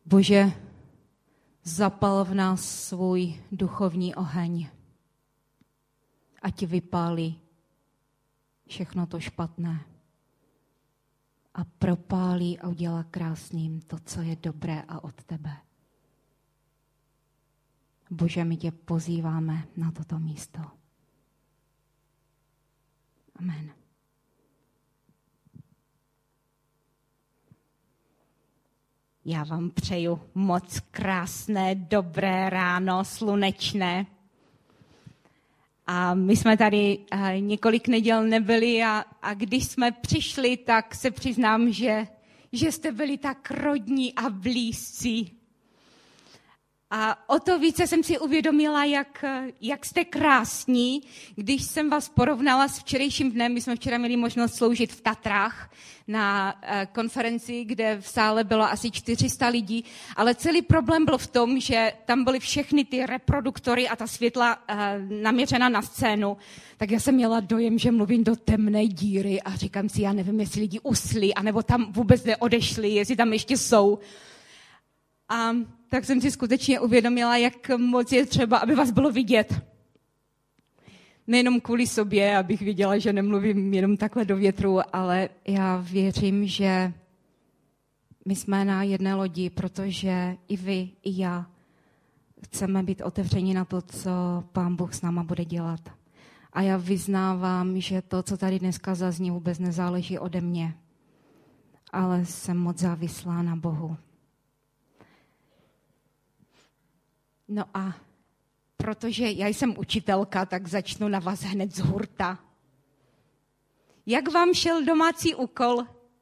Bože, zapal v nás svůj duchovní oheň. Ať vypálí všechno to špatné. A propálí a udělá krásným to, co je dobré a od tebe. Bože, my tě pozýváme na toto místo. Amen. Já vám přeju moc krásné, dobré ráno, slunečné. A my jsme tady několik neděl nebyli a když jsme přišli, tak se přiznám, že jste byli tak rodní a blízcí. A o to více jsem si uvědomila, jak jste krásní, když jsem vás porovnala s včerejším dnem. My jsme včera měli možnost sloužit v Tatrách na konferenci, kde v sále bylo asi 400 lidí, ale celý problém byl v tom, že tam byly všechny ty reproduktory a ta světla naměřena na scénu. Tak já jsem měla dojem, že mluvím do temné díry a říkám si, já nevím, jestli lidi usli, anebo tam vůbec neodešli, jestli tam ještě jsou. A tak jsem si skutečně uvědomila, jak moc je třeba, aby vás bylo vidět. Nejenom kvůli sobě, abych viděla, že nemluvím jenom takhle do větru, ale já věřím, že my jsme na jedné lodi, protože i vy, i já chceme být otevřeni na to, co Pán Bůh s náma bude dělat. A já vyznávám, že to, co tady dneska zazní, vůbec nezáleží ode mě, ale jsem moc závislá na Bohu. No a protože já jsem učitelka, tak začnu na vás hned z hurta. Jak vám šel domácí úkol?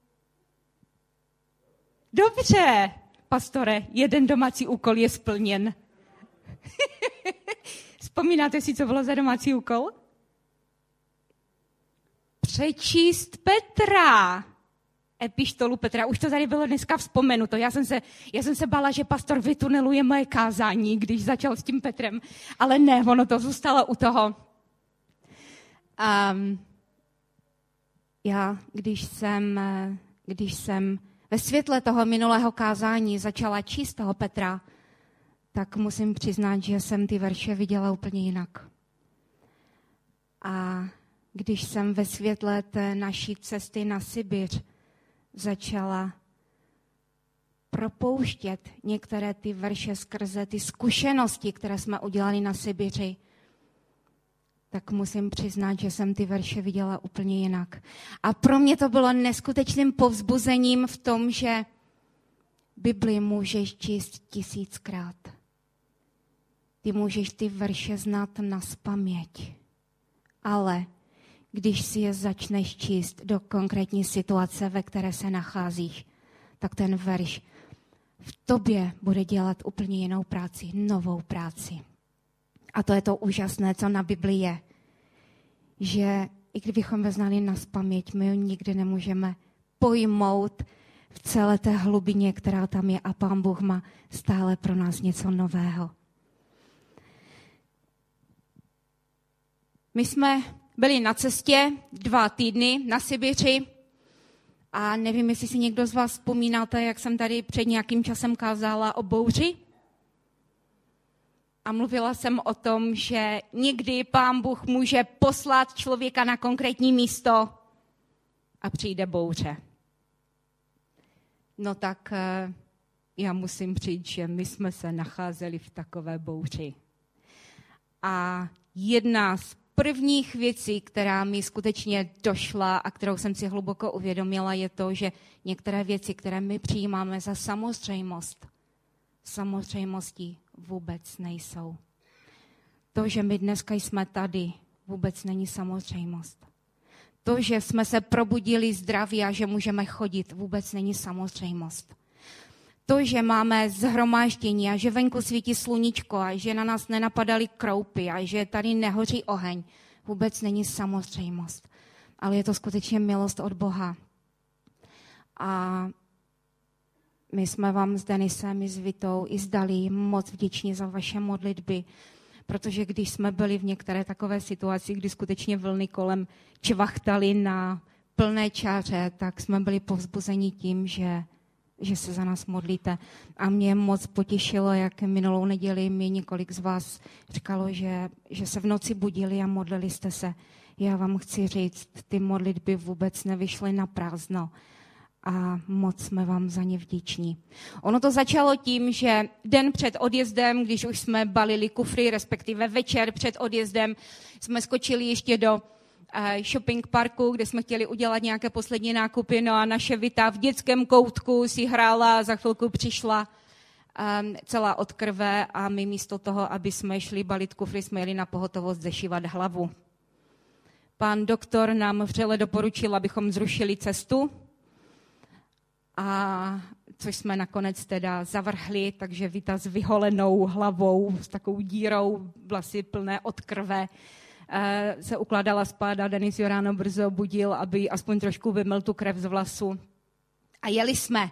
Dobře, pastore, jeden domácí úkol je splněn. Vzpomínáte si, co bylo za domácí úkol? Přečíst Petra. Epištolu Petra. Už to tady bylo dneska vzpomenuto. Já jsem se bála, že pastor vytuneluje moje kázání, když začal s tím Petrem. Ale ne, ono to zůstalo u toho. Já, když jsem ve světle toho minulého kázání začala číst toho Petra, tak musím přiznat, že jsem ty verše viděla úplně jinak. A když jsem ve světle té naší cesty na Sibiř začala propouštět některé ty verše skrze ty zkušenosti, které jsme udělali na Sibiři, tak musím přiznat, že jsem ty verše viděla úplně jinak. A pro mě to bylo neskutečným povzbuzením v tom, že Bibli můžeš číst 1000krát. Ty můžeš ty verše znát nazpaměť. Ale když si je začneš číst do konkrétní situace, ve které se nacházíš, tak ten verš v tobě bude dělat úplně jinou práci, novou práci. A to je to úžasné, co na Bibli je. Že i kdybychom je znali nazpaměť, my ho nikdy nemůžeme pojmout v celé té hlubině, která tam je. A Pán Bůh má stále pro nás něco nového. My jsme byli na cestě 2 týdny na Sibiři a nevím, jestli si někdo z vás vzpomínáte, jak jsem tady před nějakým časem kázala o bouři. A mluvila jsem o tom, že někdy Pán Bůh může poslat člověka na konkrétní místo a přijde bouře. No tak já musím přijít, že my jsme se nacházeli v takové bouři. A jedna z prvních věcí, která mi skutečně došla a kterou jsem si hluboko uvědomila, je to, že některé věci, které my přijímáme za samozřejmost, samozřejmostí vůbec nejsou. To, že my dneska jsme tady, vůbec není samozřejmost. To, že jsme se probudili zdraví a že můžeme chodit, vůbec není samozřejmost. To, že máme shromáždění a že venku svítí sluníčko a že na nás nenapadaly kroupy a že tady nehoří oheň, vůbec není samozřejmost. Ale je to skutečně milost od Boha. A my jsme vám s Denisem i s Vitou i s Dalí moc vděční za vaše modlitby, protože když jsme byli v některé takové situaci, kdy skutečně vlny kolem čvachtaly na plné čáře, tak jsme byli povzbuzeni tím, že že se za nás modlíte. A mě moc potěšilo, jak minulou neděli mi několik z vás říkalo, že se v noci budili a modlili jste se. Já vám chci říct, ty modlitby vůbec nevyšly na prázdno. A moc jsme vám za ně vděční. Ono to začalo tím, že den před odjezdem, když už jsme balili kufry, respektive večer před odjezdem, jsme skočili ještě do shopping parku, kde jsme chtěli udělat nějaké poslední nákupy, no a naše Vita v dětském koutku si hrála a za chvilku přišla celá od krve a my místo toho, aby jsme šli balit kufry, jsme jeli na pohotovost zešívat hlavu. Pan doktor nám vřele doporučil, abychom zrušili cestu, a což jsme nakonec teda zavrhli, takže Vita s vyholenou hlavou, s takovou dírou, vlasy plné od krve, se ukládala spát a Denis jo ráno brzo budil, aby aspoň trošku vymyl tu krev z vlasu. A jeli jsme.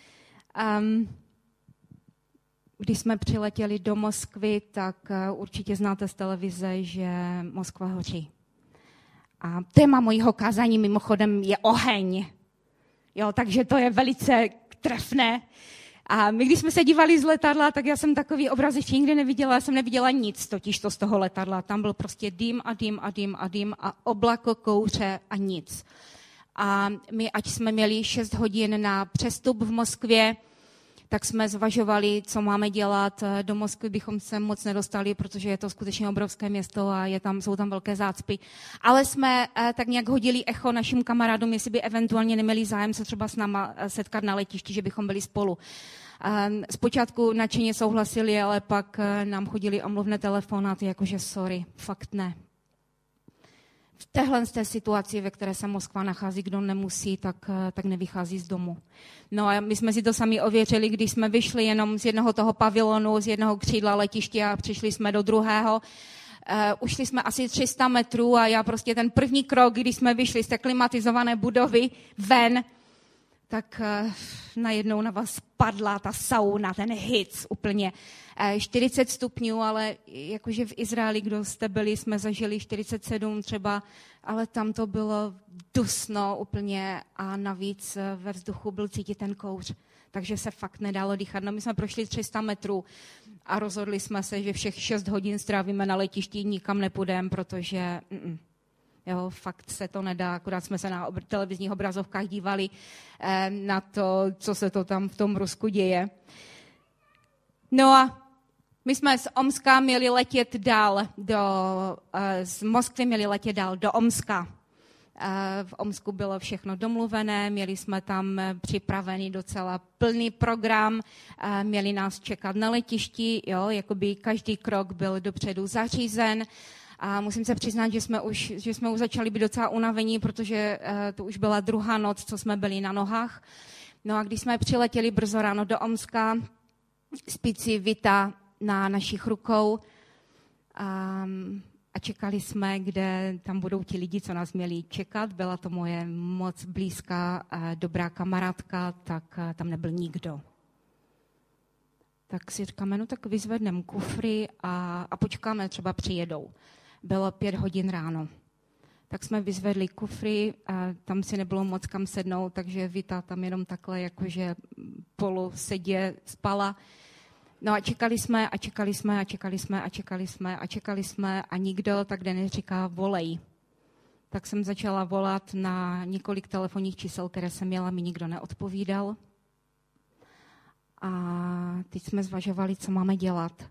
Když jsme přiletěli do Moskvy, tak určitě znáte z televize, že Moskva hoří. A téma mojího kázání mimochodem je oheň. Jo, takže to je velice trefné. A my, když jsme se dívali z letadla, tak já jsem takový obraz ještě nikdy neviděla. Já jsem neviděla nic totiž to z toho letadla. Tam byl prostě dým a dým a dým a dým a oblako kouře a nic. A my, ať jsme měli 6 hodin na přestup v Moskvě, tak jsme zvažovali, co máme dělat. Do Moskvy bychom se moc nedostali, protože je to skutečně obrovské město a jsou tam velké zácpy. Ale jsme tak nějak hodili echo našim kamarádům, jestli by eventuálně neměli zájem se třeba s náma setkat na letišti, že bychom byli spolu. Zpočátku nadšeně souhlasili, ale pak nám chodili omluvné telefonáty, jakože sorry, fakt ne. V téhle situaci, ve které se Moskva nachází, kdo nemusí, tak nevychází z domu. No a my jsme si to sami ověřili, když jsme vyšli jenom z jednoho toho pavilonu, z jednoho křídla letiště a přišli jsme do druhého. Ušli jsme asi 300 metrů a já prostě ten první krok, když jsme vyšli z té klimatizované budovy ven, tak najednou na vás padla ta sauna, ten hic úplně. 40 stupňů, ale jakože v Izraeli, kdo jste byli, jsme zažili 47 třeba, ale tam to bylo dusno úplně a navíc ve vzduchu byl cítit ten kouř, takže se fakt nedalo dýchat. No my jsme prošli 300 metrů a rozhodli jsme se, že všech 6 hodin strávíme na letišti, nikam nepůjdeme, protože jo, fakt se to nedá, akorát jsme se na televizních obrazovkách dívali na to, co se to tam v tom Rusku děje. No a my jsme z Omska měli letět dál z Moskvy měli letět dál do Omska. V Omsku bylo všechno domluvené, měli jsme tam připravený docela plný program, měli nás čekat na letišti, jo, jakoby každý krok byl dopředu zařízen. A musím se přiznat, že jsme už začali být docela unavení, protože to už byla druhá noc, co jsme byli na nohách. No a když jsme přiletěli brzo ráno do Omska, spící Vita na našich rukou a čekali jsme, kde tam budou ti lidi, co nás měli čekat. Byla to moje moc blízká a dobrá kamarádka, tak tam nebyl nikdo. Tak si říkáme, no tak vyzvedneme kufry a počkáme, třeba přijedou. Bylo 5 hodin ráno. Tak jsme vyzvedli kufry a tam si nebylo moc kam sednout, takže Vita tam jenom takhle jakože polu sedě spala. No a čekali jsme a nikdo, tak Denis říká volej. Tak jsem začala volat na několik telefonních čísel, které jsem měla, mi nikdo neodpovídal. A teď jsme zvažovali, co máme dělat.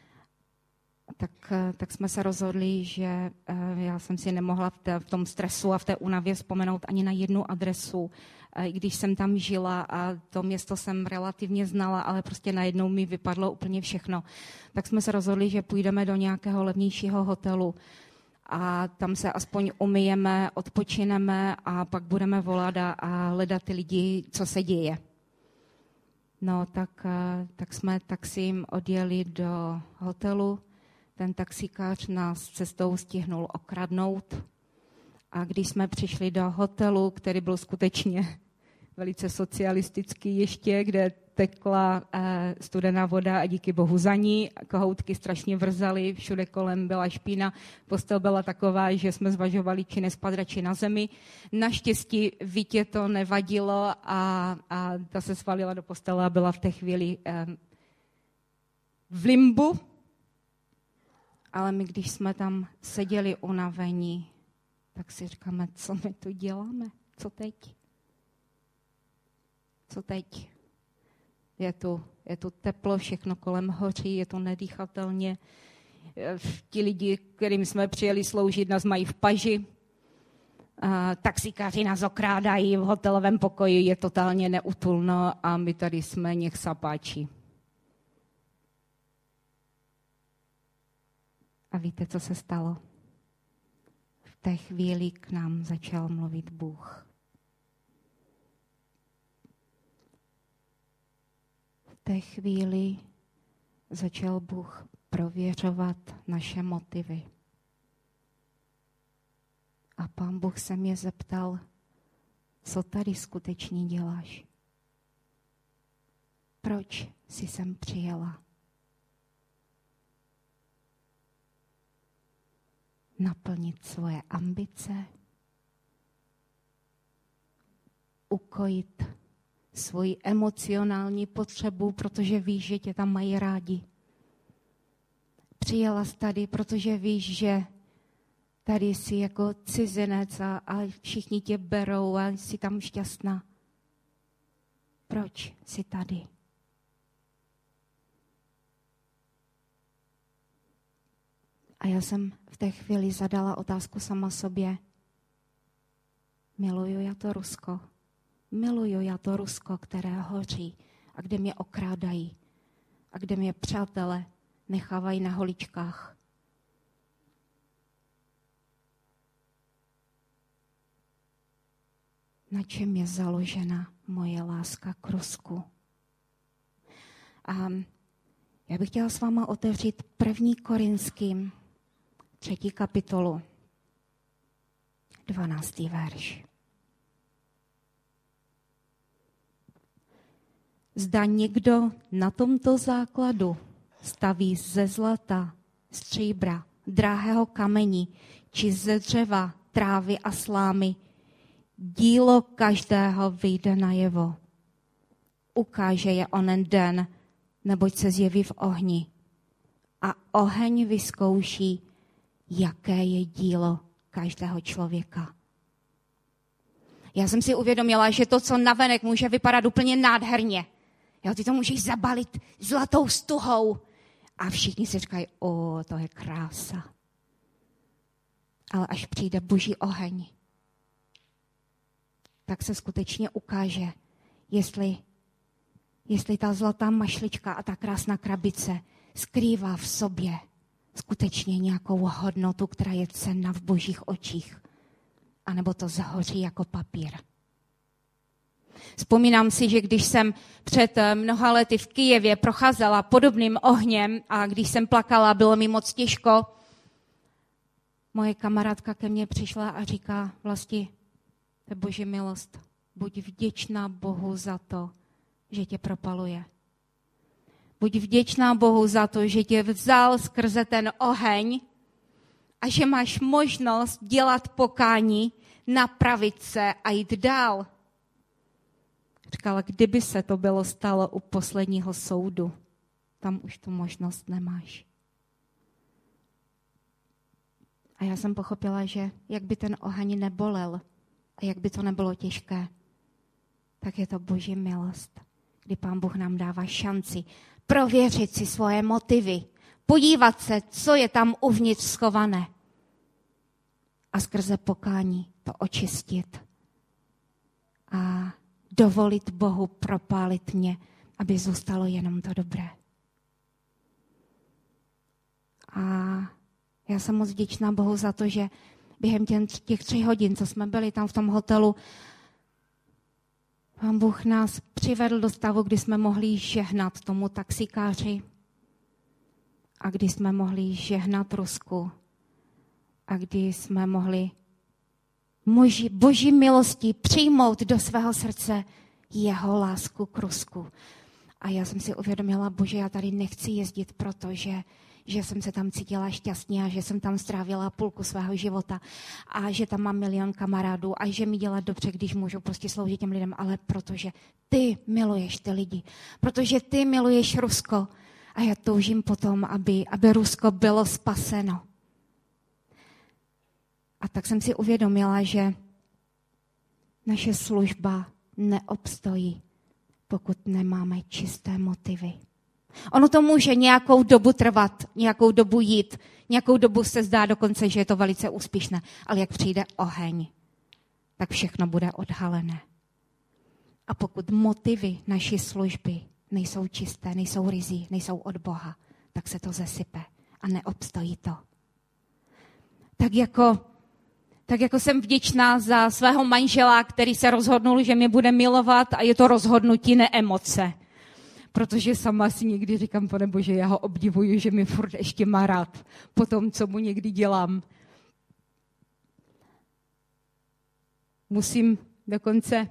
Tak jsme se rozhodli, že já jsem si nemohla v tom stresu a v té únavě vzpomenout ani na jednu adresu, i když jsem tam žila a to město jsem relativně znala, ale prostě najednou mi vypadlo úplně všechno. Tak jsme se rozhodli, že půjdeme do nějakého levnějšího hotelu a tam se aspoň umyjeme, odpočineme a pak budeme volat a hledat ty lidi, co se děje. No tak jsme taxím odjeli do hotelu. Ten taxikář nás cestou stihnul okradnout a když jsme přišli do hotelu, který byl skutečně velice socialistický ještě, kde tekla studená voda a díky Bohu za ní. Kohoutky strašně vrzaly, všude kolem byla špína. Postel byla taková, že jsme zvažovali, či nespat radši na zemi. Naštěstí Vítě to nevadilo a ta se svalila do postele a byla v té chvíli v limbu. Ale my, když jsme tam seděli unavení, tak si říkáme, co my tu děláme? Co teď? Co teď? Je tu teplo, všechno kolem hoří, je to nedýchatelně. Ti lidi, kterým jsme přijeli sloužit, nás mají v paži. Taxikáři nás okrádají, v hotelovém pokoji je totálně neutulno a my tady jsme něch sapáči. A víte, co se stalo? V té chvíli k nám začal mluvit Bůh. V té chvíli začal Bůh prověřovat naše motivy. A Pán Bůh se mě zeptal, co tady skutečně děláš? Proč jsi sem přijela? Naplnit svoje ambice, ukojit svoji emocionální potřebu, protože víš, že tě tam mají rádi. Přijela jsi tady, protože víš, že tady jsi jako cizinec a všichni tě berou a jsi tam šťastná. Proč jsi tady? A já jsem v té chvíli zadala otázku sama sobě. Miluju já to Rusko? Miluju já to Rusko, které hoří a kde mě okrádají a kde mě přátelé nechávají na holičkách? Na čem je založena moje láska k Rusku? A já bych chtěla s váma otevřít 1. Korinským 3. kapitolu, 12. verš. Zda někdo na tomto základu staví ze zlata, stříbra, drahého kamení, či ze dřeva, trávy a slámy, dílo každého vyjde najevo. Ukáže je onen den, neboť se zjeví v ohni. A oheň vyzkouší, jaké je dílo každého člověka. Já jsem si uvědomila, že to, co navenek může vypadat úplně nádherně, jo, ty to můžeš zabalit zlatou stuhou a všichni si říkají, to je krása. Ale až přijde Boží oheň, tak se skutečně ukáže, jestli ta zlatá mašlička a ta krásná krabice skrývá v sobě skutečně nějakou hodnotu, která je cenná v Božích očích, anebo to zahoří jako papír. Vzpomínám si, že když jsem před mnoha lety v Kyjevě procházela podobným ohněm a když jsem plakala, bylo mi moc těžko, moje kamarádka ke mně přišla a říká, Vlasti, to je Boží milost, buď vděčná Bohu za to, že tě propaluje. Buď vděčná Bohu za to, že tě vzal skrze ten oheň a že máš možnost dělat pokání, napravit se a jít dál. Říkala, kdyby se to bylo stalo u posledního soudu, tam už tu možnost nemáš. A já jsem pochopila, že jak by ten oheň nebolel a jak by to nebylo těžké, tak je to Boží milost, kdy Pán Bůh nám dává šanci prověřit si svoje motivy, podívat se, co je tam uvnitř schované a skrze pokání to očistit a dovolit Bohu propálit mě, aby zůstalo jenom to dobré. A já jsem moc vděčná Bohu za to, že během těch 3 hodin, co jsme byli tam v tom hotelu, Pán Bůh nás přivedl do stavu, kdy jsme mohli žehnat tomu taxikáři a kdy jsme mohli žehnat Rusku a kdy jsme mohli Boží milostí přijmout do svého srdce jeho lásku k Rusku. A já jsem si uvědomila, Bože, já tady nechci jezdit, protože že jsem se tam cítila šťastně a že jsem tam strávila půlku svého života a že tam mám milion kamarádů a že mi dělá dobře, když můžu prostě sloužit těm lidem, ale protože ty miluješ ty lidi, protože ty miluješ Rusko a já toužím potom, aby Rusko bylo spaseno. A tak jsem si uvědomila, že naše služba neobstojí, pokud nemáme čisté motivy. Ono to může nějakou dobu trvat, nějakou dobu jít, nějakou dobu se zdá dokonce, že je to velice úspěšné, ale jak přijde oheň, tak všechno bude odhalené. A pokud motivy naší služby nejsou čisté, nejsou ryzí, nejsou od Boha, tak se to zesype a neobstojí to. Tak jako jsem vděčná za svého manžela, který se rozhodnul, že mě bude milovat a je to rozhodnutí, ne emoce. Protože sama si někdy říkám, Pane Bože, já ho obdivuju, že mi furt ještě má rád po tom, co mu někdy dělám. Musím dokonce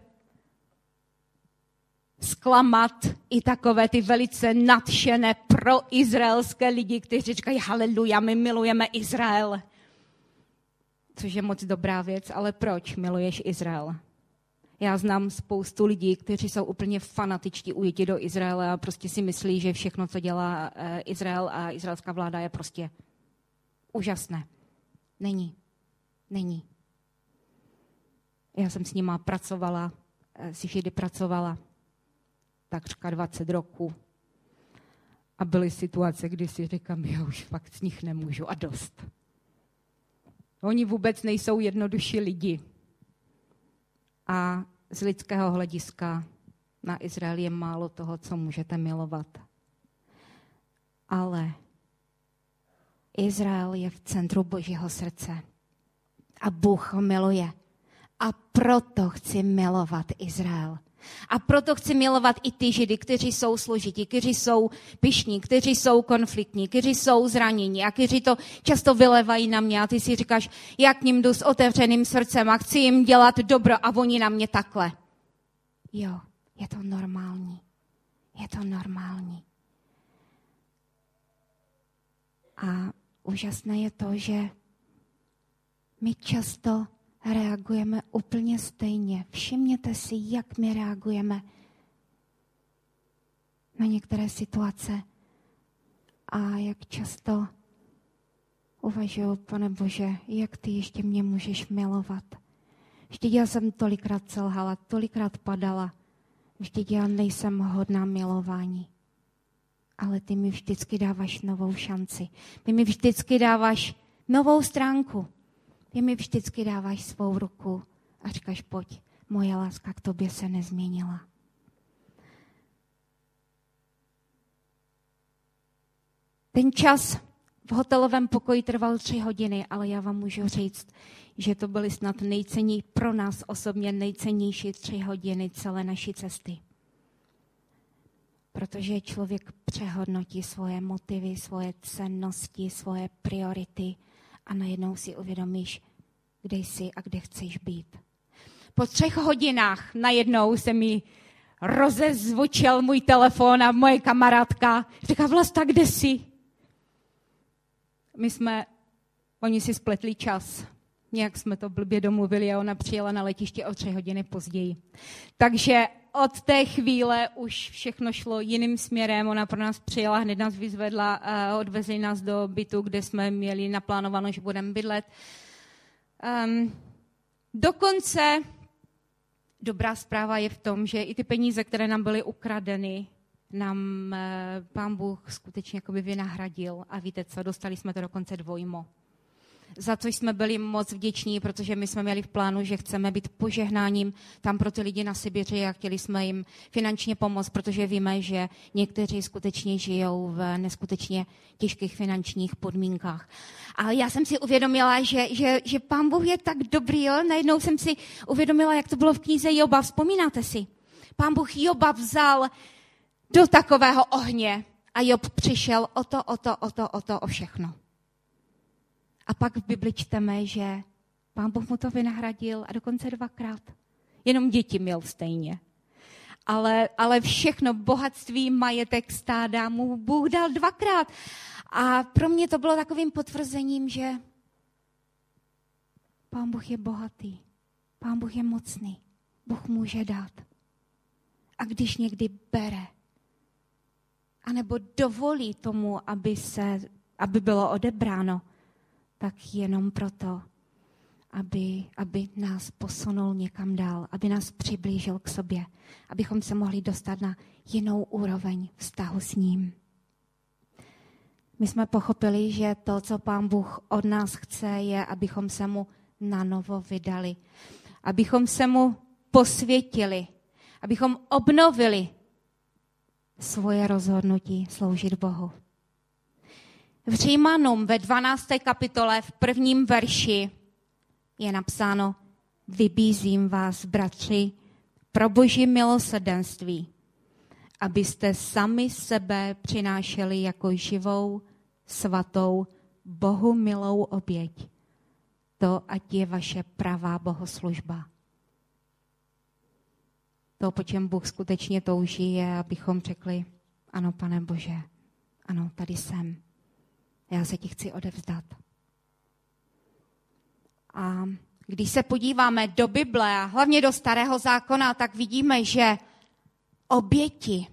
zklamat i takové ty velice nadšené proizraelské lidi, kteří říkají, haleluja, my milujeme Izrael. Což je moc dobrá věc, ale proč miluješ Izrael? Já znám spoustu lidí, kteří jsou úplně fanatičtí ujetí do Izraele a prostě si myslí, že všechno, co dělá Izrael a izraelská vláda, je prostě úžasné. Není. Já jsem s nima pracovala, si vždy pracovala takřka 20 roků. A byly situace, kdy si říkám, já už fakt z nich nemůžu a dost. Oni vůbec nejsou jednodušší lidi. A z lidského hlediska na Izrael je málo toho, co můžete milovat. Ale Izrael je v centru Božího srdce. A Bůh ho miluje. A proto chci milovat Izrael. A proto chci milovat i ty Židy, kteří jsou složití, kteří jsou pyšní, kteří jsou konfliktní, kteří jsou zranění a kteří to často vylevají na mě. A ty si říkáš, já k ním jdu s otevřeným srdcem a chci jim dělat dobro a oni na mě takhle. Jo, je to normální. Je to normální. A úžasné je to, že my často reagujeme úplně stejně. Všimněte si, jak my reagujeme na některé situace a jak často uvažuji, Pane Bože, jak ty ještě mě můžeš milovat. Vždyť já jsem tolikrát selhala, tolikrát padala. Vždyť já nejsem hodná milování. Ale ty mi vždycky dáváš novou šanci. Ty mi vždycky dáváš novou stránku. Ty mi vždycky dáváš svou ruku a říkáš, pojď, moje láska k tobě se nezměnila. Ten čas v hotelovém pokoji trval 3 hodiny, ale já vám můžu říct, že to byly snad pro nás osobně nejcennější 3 hodiny celé naší cesty. Protože člověk přehodnotí svoje motivy, svoje cennosti, svoje priority a najednou si uvědomíš, kde jsi a kde chceš být. Po 3 hodinách najednou se mi rozezvučil můj telefon a moje kamarádka říká, Vlasta, kde jsi? Oni si spletli čas. Nějak jsme to blbě domluvili a ona přijela na letiště o 3 hodiny později. Takže od té chvíle už všechno šlo jiným směrem. Ona pro nás přijela, hned nás vyzvedla, odvezli nás do bytu, kde jsme měli naplánováno, že budeme bydlet. Dokonce dobrá zpráva je v tom, že i ty peníze, které nám byly ukradeny, nám Pán Bůh skutečně jakoby vynahradil. A víte co, dostali jsme to dokonce 2. Za což jsme byli moc vděční, protože my jsme měli v plánu, že chceme být požehnáním tam pro ty lidi na Sibiři a chtěli jsme jim finančně pomoct, protože víme, že někteří skutečně žijou v neskutečně těžkých finančních podmínkách. A já jsem si uvědomila, že Pán Bůh je tak dobrý, jo? Najednou jsem si uvědomila, jak to bylo v knize Joba. Vzpomínáte si? Pán Bůh Joba vzal do takového ohně a Job přišel o všechno. A pak v Bibli čteme, že Pán Bůh mu to vynahradil a dokonce 2krát. Jenom děti měl stejně. ale všechno, bohatství, majetek, stáda mu Bůh dal 2krát. A pro mě to bylo takovým potvrzením, že Pán Bůh je bohatý, Pán Bůh je mocný, Bůh může dát. A když někdy bere, anebo dovolí tomu, aby bylo odebráno, tak jenom proto, aby nás posunul někam dál, aby nás přiblížil k sobě, abychom se mohli dostat na jinou úroveň vztahu s ním. My jsme pochopili, že to, co Pán Bůh od nás chce, je, abychom se mu nanovo vydali, abychom se mu posvětili, abychom obnovili svoje rozhodnutí sloužit Bohu. V Římanům ve 12. kapitole v 1. verši je napsáno: Vybízím vás, bratři, pro Boží milosrdenství, abyste sami sebe přinášeli jako živou, svatou, Bohu milou oběť. To ať je vaše pravá bohoslužba. To, po čem Bůh skutečně touží, je, abychom řekli: ano, Pane Bože, ano, tady jsem. Já se ti chci odevzdat. A když se podíváme do Bible a hlavně do Starého zákona, tak vidíme, že oběti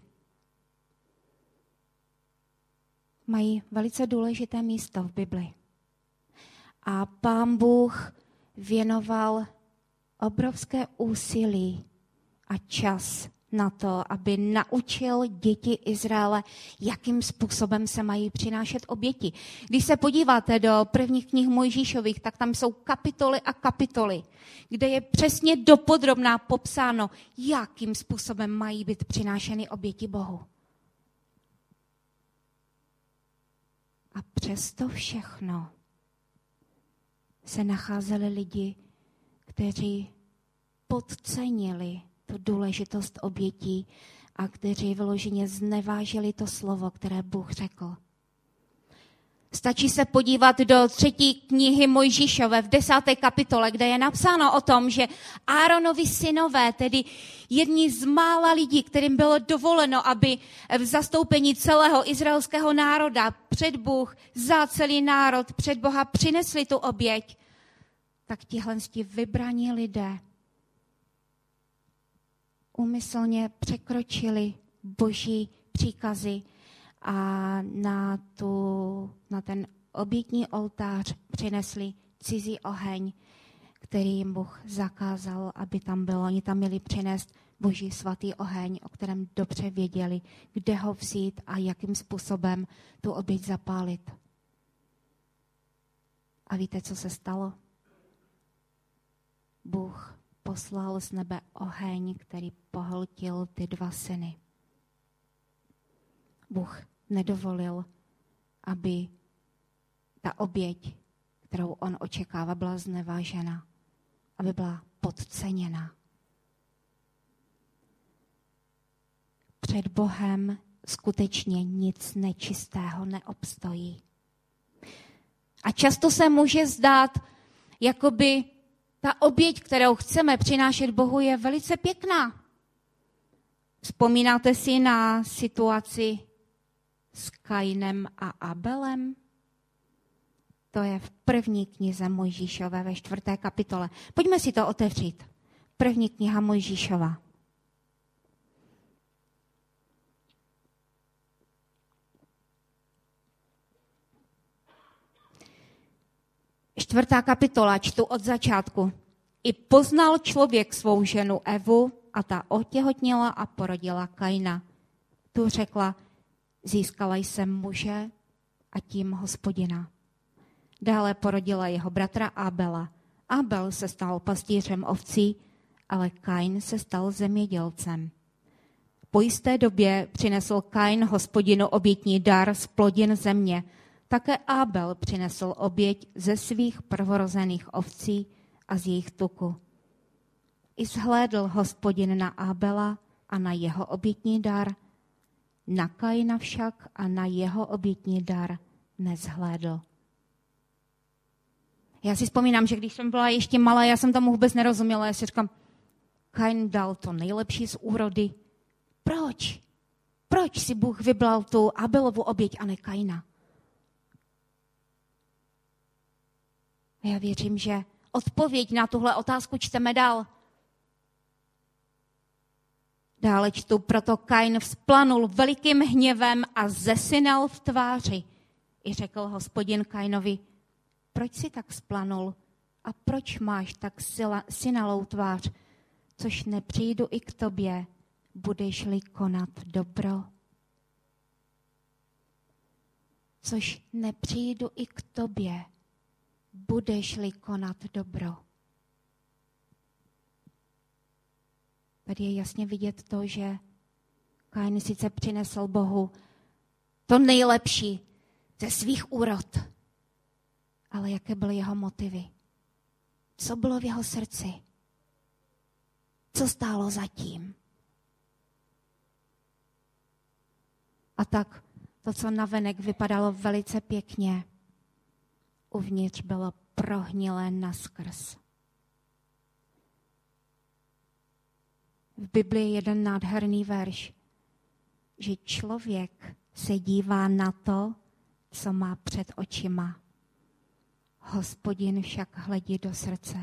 mají velice důležité místo v Bibli. A Pán Bůh věnoval obrovské úsilí a čas na to, aby naučil děti Izraele, jakým způsobem se mají přinášet oběti. Když se podíváte do prvních knih Mojžíšových, tak tam jsou kapitoly a kapitoly, kde je přesně dopodrobná popsáno, jakým způsobem mají být přinášeny oběti Bohu. A přesto všechno se nacházeli lidi, kteří podcenili tu důležitost obětí a kteří vyloženě znevážili to slovo, které Bůh řekl. Stačí se podívat do 3. knihy Mojžíšové v 10. kapitole, kde je napsáno o tom, že Áronovi synové, tedy jedni z mála lidí, kterým bylo dovoleno, aby v zastoupení celého izraelského národa před Bůh, za celý národ, před Boha přinesli tu oběť, tak tihle vybraní lidé úmyslně překročili Boží příkazy a na ten obětní oltář přinesli cizí oheň, který jim Bůh zakázal, aby tam bylo. Oni tam měli přinést Boží svatý oheň, o kterém dobře věděli, kde ho vzít a jakým způsobem tu oběť zapálit. A víte, co se stalo? Bůh poslal z nebe oheň, který pohltil ty 2 syny. Bůh nedovolil, aby ta oběť, kterou on očekává, byla znevážena, aby byla podceněna. Před Bohem skutečně nic nečistého neobstojí. A často se může zdát, jakoby ta oběť, kterou chceme přinášet Bohu, je velice pěkná. Vzpomínáte si na situaci s Kainem a Abelem? To je v 1. knize Mojžíšové ve 4. kapitole. Pojďme si to otevřít. 1. kniha Mojžíšova. Čtvrtá kapitola, čtu od začátku. I poznal člověk svou ženu Evu a ta otěhotněla a porodila Kaina. Tu řekla: získala jsem muže a tím Hospodina. Dále porodila jeho bratra Abela. Abel se stal pastýřem ovcí, ale Kain se stal zemědělcem. Po jisté době přinesl Kain Hospodinu obětní dar z plodin země. Také Abel přinesl oběť ze svých prvorozených ovcí a z jejich tuku. I zhlédl Hospodin na Abela a na jeho obětní dar, na Kaina však a na jeho obětní dar nezhlédl. Já si vzpomínám, že když jsem byla ještě malá, já jsem tomu vůbec nerozuměla. Já si říkám, Kain dal to nejlepší z úrody, proč? Proč si Bůh vybral tu Abelovu oběť a ne Kaina? A já věřím, že odpověď na tuhle otázku čteme dál. Dále čtu, proto Kain vzplanul velikým hněvem a zesinal v tváři. I řekl Hospodin Kainovi, proč jsi tak vzplanul a proč máš tak sinalou tvář, což nepřijdu i k tobě, budeš-li konat dobro. Což nepřijdu i k tobě, budeš-li konat dobro. Tady je jasně vidět to, že Kain sice přinesl Bohu to nejlepší ze svých úrod, ale jaké byly jeho motivy? Co bylo v jeho srdci? Co stálo za tím? A tak to, co navenek vypadalo velice pěkně, uvnitř bylo prohnilé naskrz. V Biblii je jeden nádherný verš, že člověk se dívá na to, co má před očima. Hospodin však hledí do srdce.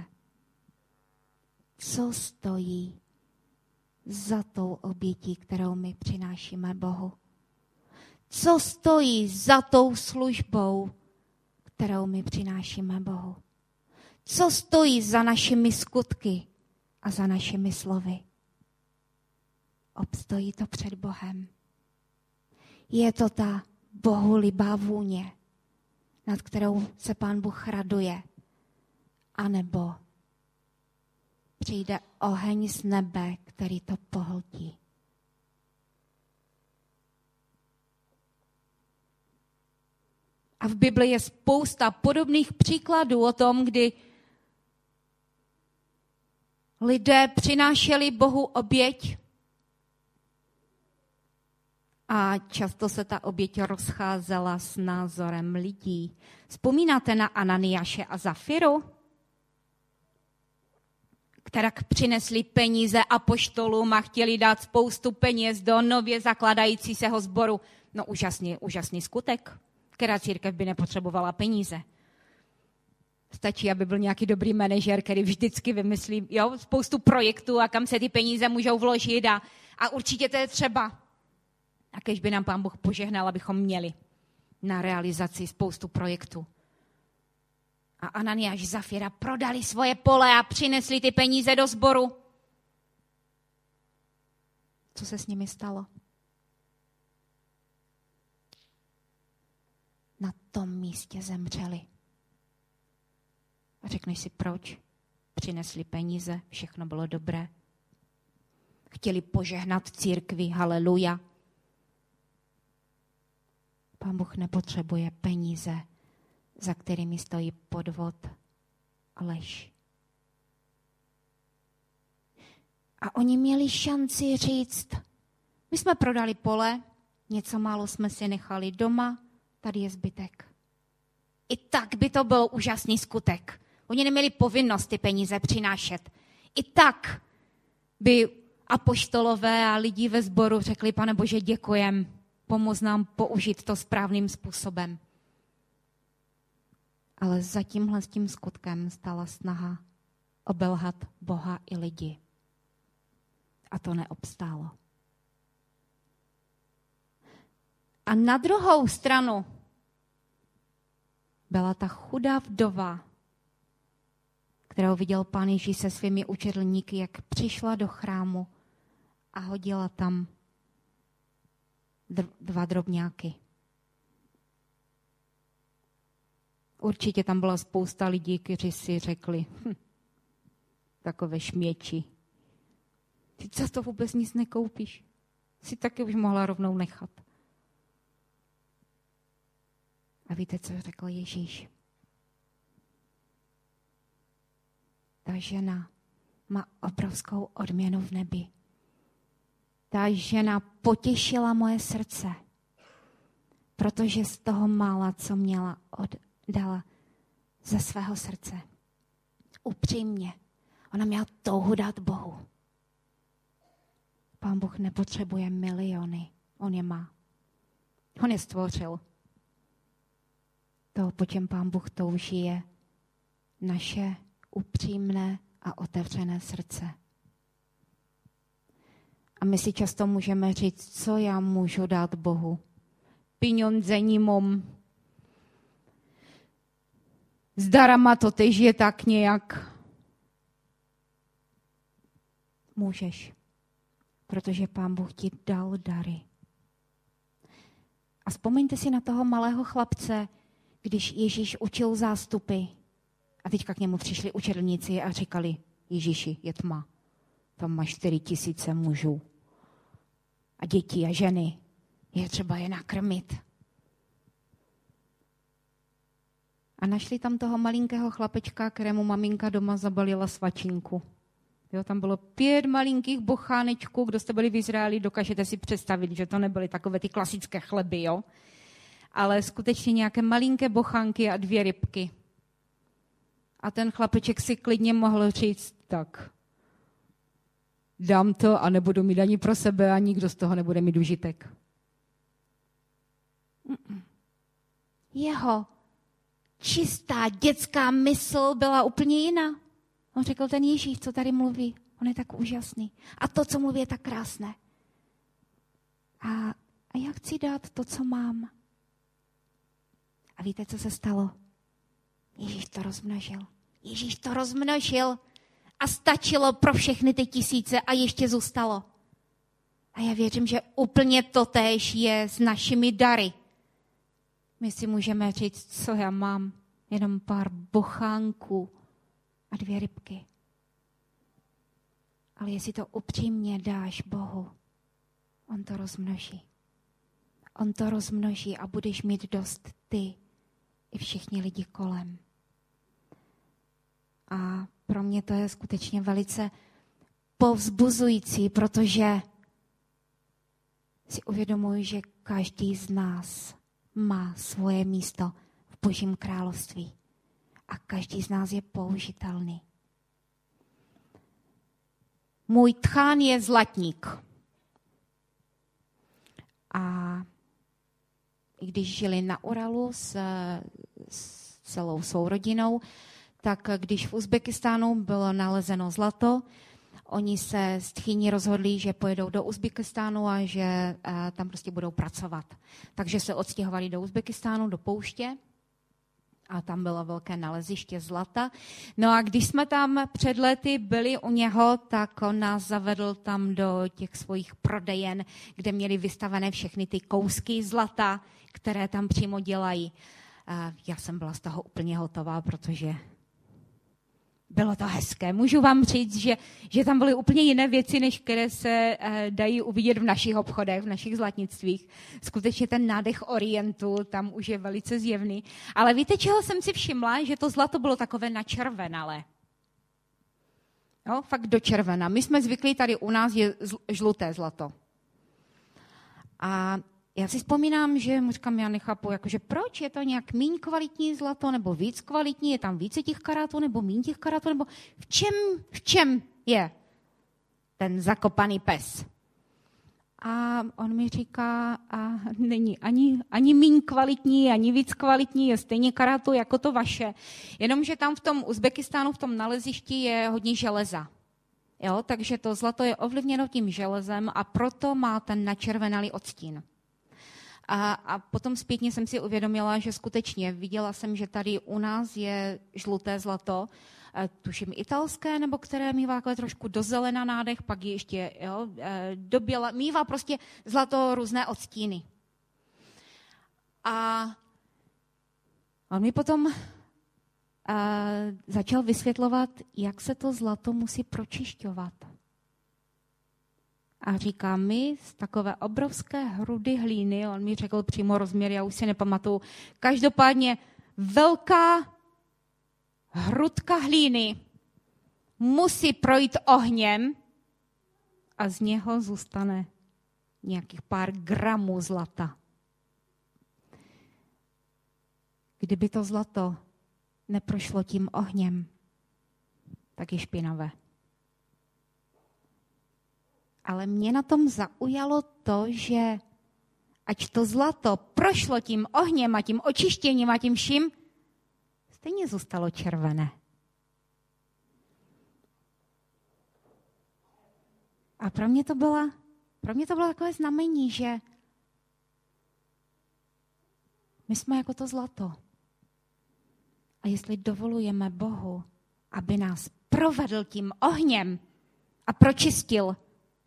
Co stojí za tou obětí, kterou my přinášíme Bohu? Co stojí za tou službou, kterou my přinášíme Bohu? Co stojí za našimi skutky a za našimi slovy? Obstojí to před Bohem. Je to ta bohulibá vůně, nad kterou se Pán Bůh raduje. A nebo přijde oheň z nebe, který to pohltí. A v Biblii je spousta podobných příkladů o tom, kdy lidé přinášeli Bohu oběť a často se ta oběť rozcházela s názorem lidí. Vzpomínáte na Ananiáše a Zafiru, které přinesli peníze apoštolům a chtěli dát spoustu peněz do nově zakladajícího sboru. No úžasný skutek, která církev by nepotřebovala peníze. Stačí, aby byl nějaký dobrý manažer, který vždycky vymyslí spoustu projektů a kam se ty peníze můžou vložit a určitě to je třeba. A kež by nám Pán Bůh požehnal, abychom měli na realizaci spoustu projektů. A Ananiáš, Zafira prodali svoje pole a přinesli ty peníze do sboru. Co se s nimi stalo? Na tom místě zemřeli. A řekneš si, proč? Přinesli peníze, všechno bylo dobré. Chtěli požehnat církvi, haleluja. Pán Bůh nepotřebuje peníze, za kterými stojí podvod a lež. A oni měli šanci říct, my jsme prodali pole, něco málo jsme si nechali doma, tady je zbytek. I tak by to byl úžasný skutek. Oni neměli povinnost ty peníze přinášet. I tak by apoštolové a lidi ve sboru řekli, Pane Bože, děkujem, pomoz nám použít to správným způsobem. Ale za tímhle s tím skutkem stala snaha obelhat Boha i lidi. A to neobstálo. A na druhou stranu byla ta chudá vdova, kterou viděl Pán Ježíš se svými učedlníky, jak přišla do chrámu a hodila tam 2 drobňáky. Určitě tam byla spousta lidí, kteří si řekli, takové šměči. Ty za to vůbec nic nekoupíš. Si taky už mohla rovnou nechat. A víte, co řekl Ježíš? Ta žena má obrovskou odměnu v nebi. Ta žena potěšila moje srdce, protože z toho mála, co měla, dala ze svého srdce. Upřímně. Ona měla touhu dát Bohu. Pán Bůh nepotřebuje miliony. On je má. On je stvořil. To, po čem Pán Bůh touží, je naše upřímné a otevřené srdce. A my si často můžeme říct, co já můžu dát Bohu. Peníze nemám. S darama to tež je tak nějak. Můžeš, protože Pán Bůh ti dal dary. A vzpomeňte si na toho malého chlapce, když Ježíš učil zástupy. A teďka k němu přišli učedlníci a říkali, Ježíši, je tma. Tam máš 4 000 mužů. A děti a ženy. Je třeba je nakrmit. A našli tam toho malinkého chlapečka, kterému maminka doma zabalila svačinku. Jo, tam bylo 5 malinkých bochánečků, kdo jste byli v Izraeli, dokážete si představit, že to nebyly takové ty klasické chleby, jo? Ale skutečně nějaké malinké bochánky a 2 rybky. A ten chlapeček si klidně mohl říct, tak dám to a nebudu mít ani pro sebe a nikdo z toho nebude mít užitek. Jeho čistá dětská mysl byla úplně jiná. On řekl, ten Ježíš, co tady mluví, on je tak úžasný. A to, co mluví, je tak krásné. A já chci dát to, co mám. A víte, co se stalo? Ježíš to rozmnožil. Ježíš to rozmnožil a stačilo pro všechny ty 1000 a ještě zůstalo. A já věřím, že úplně totéž je s našimi dary. My si můžeme říct, co já mám, jenom pár bochánků a 2 rybky. Ale jestli to upřímně dáš Bohu, on to rozmnoží. On to rozmnoží a budeš mít dost ty i všichni lidi kolem. A pro mě to je skutečně velice povzbuzující, protože si uvědomuji, že každý z nás má svoje místo v Božím království. A každý z nás je použitelný. Můj tchán je zlatník. A i když žili na Uralu s celou svou rodinou, tak když v Uzbekistánu bylo nalezeno zlato, oni se s tchýní rozhodli, že pojedou do Uzbekistánu a že tam prostě budou pracovat. Takže se odstěhovali do Uzbekistánu, do pouště. A tam bylo velké naleziště zlata. No a když jsme tam před lety byli u něho, tak on nás zavedl tam do těch svých prodejen, kde měli vystavené všechny ty kousky zlata, které tam přímo dělají. Já jsem byla z toho úplně hotová, protože bylo to hezké. Můžu vám říct, že tam byly úplně jiné věci, než které se dají uvidět v našich obchodech, v našich zlatnictvích. Skutečně ten nádech Orientu tam už je velice zjevný. Ale víte, čeho jsem si všimla? Že to zlato bylo takové načervenalé. Jo, fakt do červena. My jsme zvyklí, tady u nás je žluté zlato. A já si vzpomínám, že mu říkám, já nechápu, jakože proč je to nějak míň kvalitní zlato, nebo víc kvalitní, je tam více těch karátů, nebo míň těch karátů, nebo v čem je ten zakopaný pes? A on mi říká, a není ani míň kvalitní, ani víc kvalitní, je stejně karátů jako to vaše. Jenomže tam v tom Uzbekistánu, v tom nalezišti je hodně železa. Jo, takže to zlato je ovlivněno tím železem a proto má ten načervenalý odstín. A potom zpětně jsem si uvědomila, že skutečně viděla jsem, že tady u nás je žluté zlato, tuším italské, nebo které mívá trošku do zelena nádech, pak je ještě do běla, mívá prostě zlato různé odstíny. A on mi potom začal vysvětlovat, jak se to zlato musí pročišťovat. A říká mi z takové obrovské hrudy hlíny, on mi řekl přímo rozměr, já už si nepamatuju, každopádně velká hrudka hlíny musí projít ohněm a z něho zůstane nějakých pár gramů zlata. Kdyby to zlato neprošlo tím ohněm, tak je špinavé. Ale mě na tom zaujalo to, že ať to zlato prošlo tím ohněm a tím očištěním a tím vším, stejně zůstalo červené. A pro mě to bylo takové znamení, že my jsme jako to zlato. A jestli dovolujeme Bohu, aby nás provedl tím ohněm a pročistil,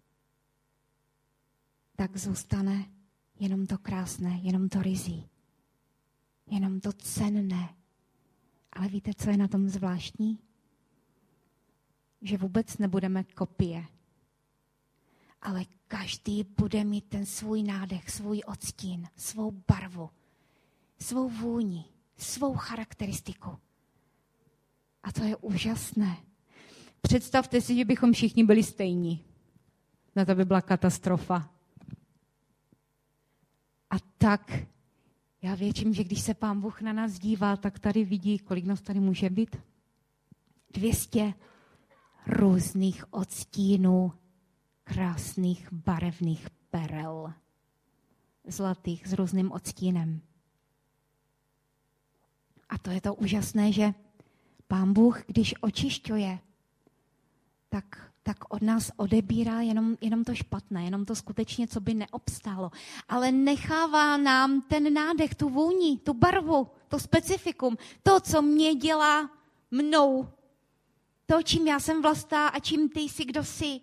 tak zůstane jenom to krásné, jenom to ryzí, jenom to cenné. Ale víte, co je na tom zvláštní? Že vůbec nebudeme kopie. Ale každý bude mít ten svůj nádech, svůj odstín, svou barvu, svou vůni, svou charakteristiku. A to je úžasné. Představte si, že bychom všichni byli stejní. No to by byla katastrofa. A tak já věřím, že když se Pán Bůh na nás dívá, tak tady vidí, kolik nás tady může být? 200 různých odstínů krásných barevných perel. Zlatých s různým odstínem. A to je to úžasné, že Pán Bůh, když očišťuje, tak od nás odebírá jenom to špatné, jenom to skutečně, co by neobstálo. Ale nechává nám ten nádech, tu vůni, tu barvu, to specifikum, to, co mě dělá mnou. To, čím já jsem vlastá a čím ty jsi, kdo jsi.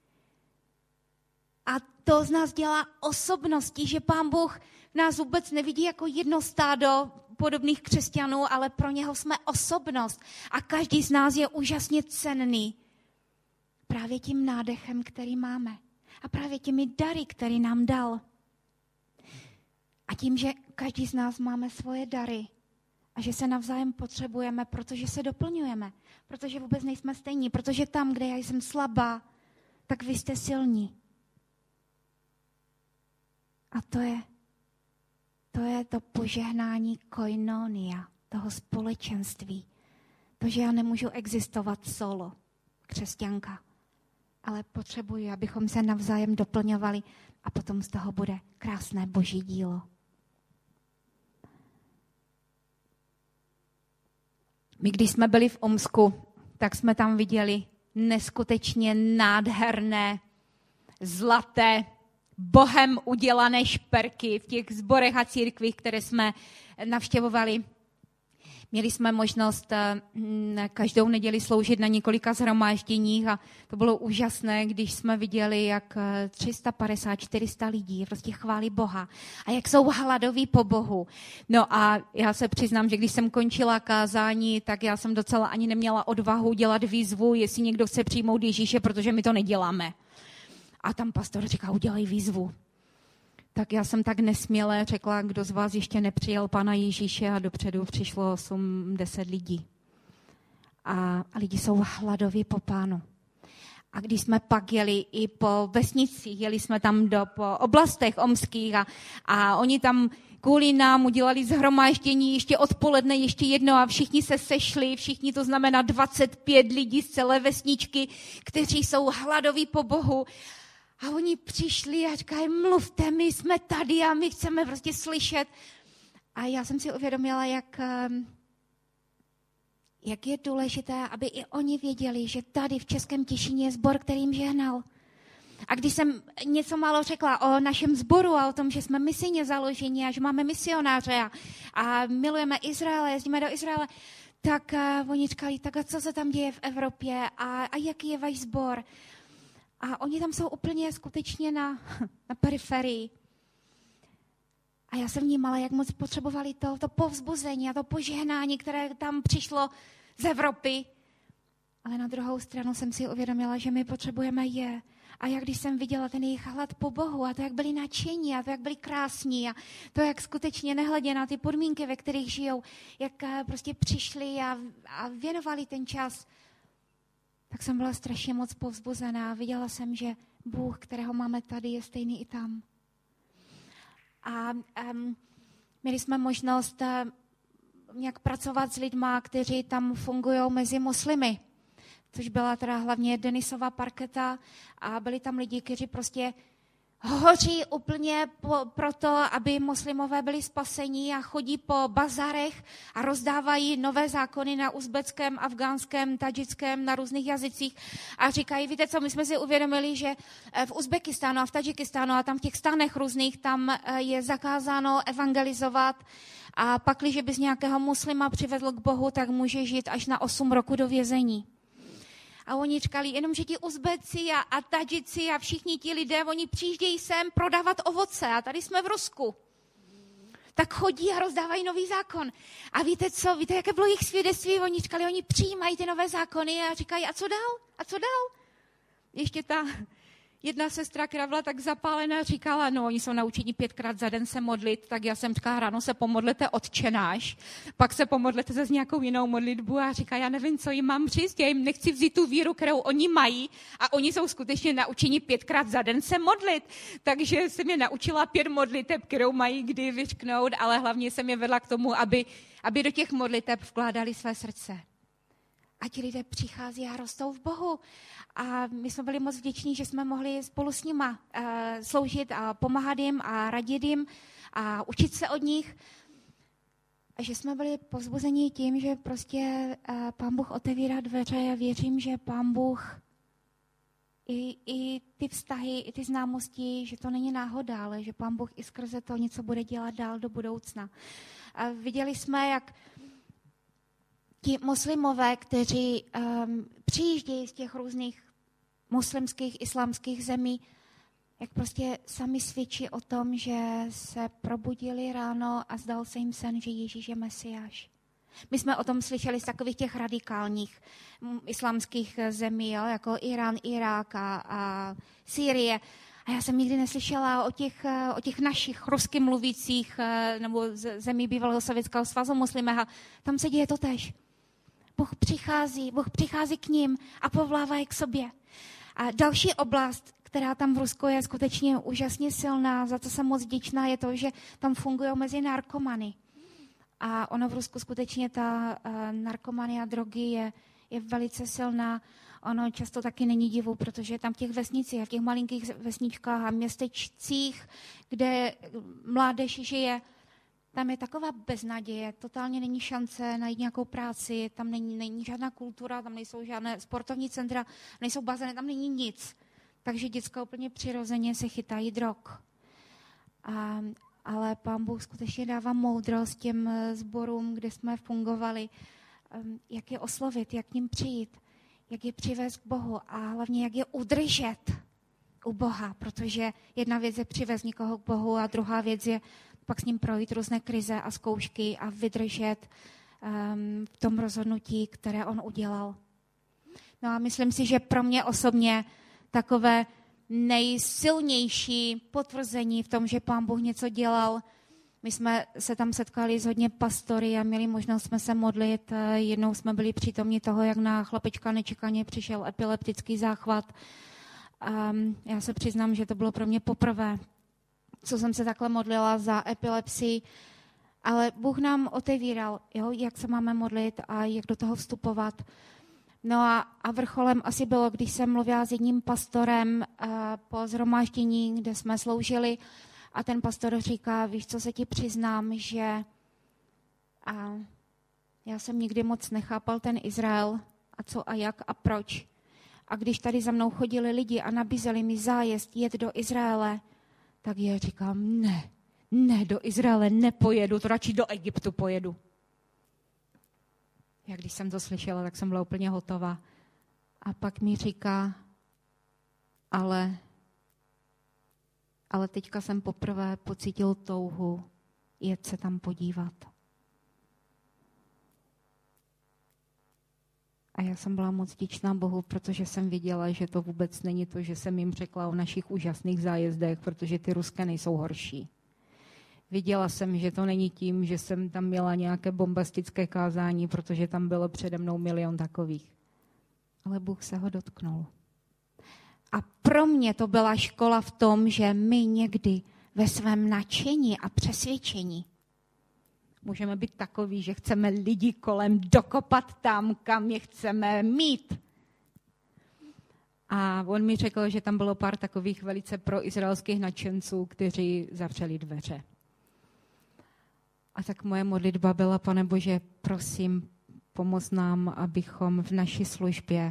A to z nás dělá osobnosti, že Pán Bůh nás vůbec nevidí jako jedno stádo podobných křesťanů, ale pro něho jsme osobnost. A každý z nás je úžasně cenný. Právě tím nádechem, který máme. A právě těmi dary, který nám dal. A tím, že každý z nás máme svoje dary. A že se navzájem potřebujeme, protože se doplňujeme. Protože vůbec nejsme stejní. Protože tam, kde já jsem slabá, tak vy jste silní. A to je to požehnání koinonia, toho společenství. To, že já nemůžu existovat solo, křesťanka, ale potřebuji, abychom se navzájem doplňovali a potom z toho bude krásné boží dílo. My, když jsme byli v Omsku, tak jsme tam viděli neskutečně nádherné, zlaté, Bohem udělané šperky v těch sborech a církvích, které jsme navštěvovali. Měli jsme možnost každou neděli sloužit na několika shromážděních a to bylo úžasné, když jsme viděli, jak 350-400 lidí prostě chválí Boha a jak jsou hladoví po Bohu. No a já se přiznám, že když jsem končila kázání, tak já jsem docela ani neměla odvahu dělat výzvu, jestli někdo chce přijmout Ježíše, protože my to neděláme. A tam pastor říká, udělej výzvu. Tak já jsem tak nesměle řekla, kdo z vás ještě nepřijal Pána Ježíše a dopředu přišlo 8-10 lidí. A lidi jsou hladoví po Pánu. A když jsme pak jeli i po vesnicích, jeli jsme tam po oblastech omských a oni tam kvůli nám udělali shromáždění ještě odpoledne, ještě jedno a všichni se sešli, všichni, to znamená 25 lidí z celé vesničky, kteří jsou hladoví po Bohu. A oni přišli a říkají, mluvte, my jsme tady a my chceme prostě slyšet. A já jsem si uvědomila, jak je důležité, aby i oni věděli, že tady v Českém Těšíně je sbor, který jim žehnal. A když jsem něco málo řekla o našem sboru a o tom, že jsme misijně založeni a že máme misionáře a milujeme Izrael, jezdíme do Izraele, tak oni říkali, tak a co se tam děje v Evropě a jaký je váš sbor? A oni tam jsou úplně skutečně na periferii. A já jsem vnímala, jak moc potřebovali to povzbuzení a to požehnání, které tam přišlo z Evropy. Ale na druhou stranu jsem si uvědomila, že my potřebujeme je. A jak když jsem viděla ten jejich hlad po Bohu a to, jak byli nadšení a to, jak byli krásní a to, jak skutečně nehledě na ty podmínky, ve kterých žijou, jak prostě přišli a věnovali ten čas, tak jsem byla strašně moc povzbuzená. Viděla jsem, že Bůh, kterého máme tady, je stejný i tam. A měli jsme možnost nějak pracovat s lidma, kteří tam fungují mezi muslimy. což byla teda hlavně Denisova parketa a byli tam lidi, kteří prostě hoří úplně proto, aby muslimové byli spasení a chodí po bazarech a rozdávají nové zákony na uzbeckém, afgánském, tadžickém, na různých jazycích a říkají, víte co, my jsme si uvědomili, že v Uzbekistánu a v Tadžikistánu a tam v těch stánech různých, tam je zakázáno evangelizovat a pak, když bys nějakého muslima přivedl k Bohu, tak může žít až na 8 roku do vězení. A oni říkali, jenomže ti Uzbeci a Tadžici a všichni ti lidé, oni přijíždějí sem prodávat ovoce a tady jsme v Rusku. Tak chodí a rozdávají nový zákon. A víte co, víte, jaké bylo jejich svědectví? Oni říkali, oni přijímají ty nové zákony a říkají, a co dál? A co dál? Ještě ta jedna sestra, která byla tak zapálená, říkala, no oni jsou naučení 5krát za den se modlit, tak já jsem říkala, ráno se pomodlete Otčenáš, pak se pomodlete zase nějakou jinou modlitbu a říká, já nevím, co jim mám říct, já jim nechci vzít tu víru, kterou oni mají a oni jsou skutečně naučení 5krát za den se modlit. Takže jsem je naučila 5 modliteb, kterou mají kdy vyřknout, ale hlavně jsem je vedla k tomu, aby do těch modliteb vkládali své srdce. A ti lidé přichází a rostou v Bohu. A my jsme byli moc vděční, že jsme mohli spolu s nima sloužit a pomáhat jim a radit jim a učit se od nich. A že jsme byli povzbuzeni tím, že prostě Pán Bůh otevírá dveře. Já věřím, že Pán Bůh i ty vztahy, i ty známosti, že to není náhoda, ale že Pán Bůh i skrze to něco bude dělat dál do budoucna. A viděli jsme, jak ti muslimové, kteří přijíždějí z těch různých muslimských, islámských zemí, jak prostě sami svědčí o tom, že se probudili ráno a zdal se jim sen, že Ježíš je Mesiáš. My jsme o tom slyšeli z takových těch radikálních islámských zemí, jo, jako Irán, Irák a Sýrie. A já jsem nikdy neslyšela o těch našich rusky mluvících nebo zemí bývalého Sovětského svazu muslimech. Tam se děje totéž. Bůh přichází k ním a povolává je k sobě. A další oblast, která tam v Rusku je skutečně úžasně silná, za to jsem moc vděčná, je to, že tam fungují mezi narkomany. A ono v Rusku skutečně ta narkomanie a drogy je velice silná. Ono často taky není divu, protože tam v těch vesnicích a v těch malinkých vesničkách a městečcích, kde mládež žije, tam je taková beznaděje, totálně není šance najít nějakou práci, tam není žádná kultura, tam nejsou žádné sportovní centra, nejsou bazény, tam není nic. Takže děcka úplně přirozeně se chytají drog. Ale Pán Bůh skutečně dává moudrost těm sborům, kde jsme fungovali, jak je oslovit, jak k ním přijít, jak je přivést k Bohu a hlavně jak je udržet u Boha, protože jedna věc je přivést někoho k Bohu a druhá věc je pak s ním projít různé krize a zkoušky a vydržet v tom rozhodnutí, které on udělal. No a myslím si, že pro mě osobně takové nejsilnější potvrzení v tom, že Pán Bůh něco dělal. My jsme se tam setkali s hodně pastory a měli možnost jsme se modlit. Jednou jsme byli přítomni toho, jak na chlapečka nečekaně přišel epileptický záchvat. Já se přiznám, že to bylo pro mě poprvé, co jsem se takhle modlila za epilepsii, ale Bůh nám otevíral, jo, jak se máme modlit a jak do toho vstupovat. No a vrcholem asi bylo, když jsem mluvila s jedním pastorem po shromáždění, kde jsme sloužili a ten pastor říká, víš, co se ti přiznám, že já jsem nikdy moc nechápal ten Izrael a co a jak a proč. A když tady za mnou chodili lidi a nabízeli mi zájezd jet do Izraele, tak já říkám, ne, do Izraele nepojedu, to radši do Egyptu pojedu. Jak když jsem to slyšela, tak jsem byla úplně hotová. A pak mi říká, ale teďka jsem poprvé pocítil touhu jet se tam podívat. A já jsem byla moc vděčná Bohu, protože jsem viděla, že to vůbec není to, že jsem jim řekla o našich úžasných zájezdech, protože ty ruské nejsou horší. Viděla jsem, že to není tím, že jsem tam měla nějaké bombastické kázání, protože tam bylo přede mnou 1 000 000 takových. Ale Bůh se ho dotknul. A pro mě to byla škola v tom, že my někdy ve svém nadšení a přesvědčení můžeme být takoví, že chceme lidi kolem dokopat tam, kam je chceme mít. A on mi řekl, že tam bylo pár takových velice proizraelských nadšenců, kteří zavřeli dveře. A tak moje modlitba byla, Pane Bože, prosím, pomoz nám, abychom v naší službě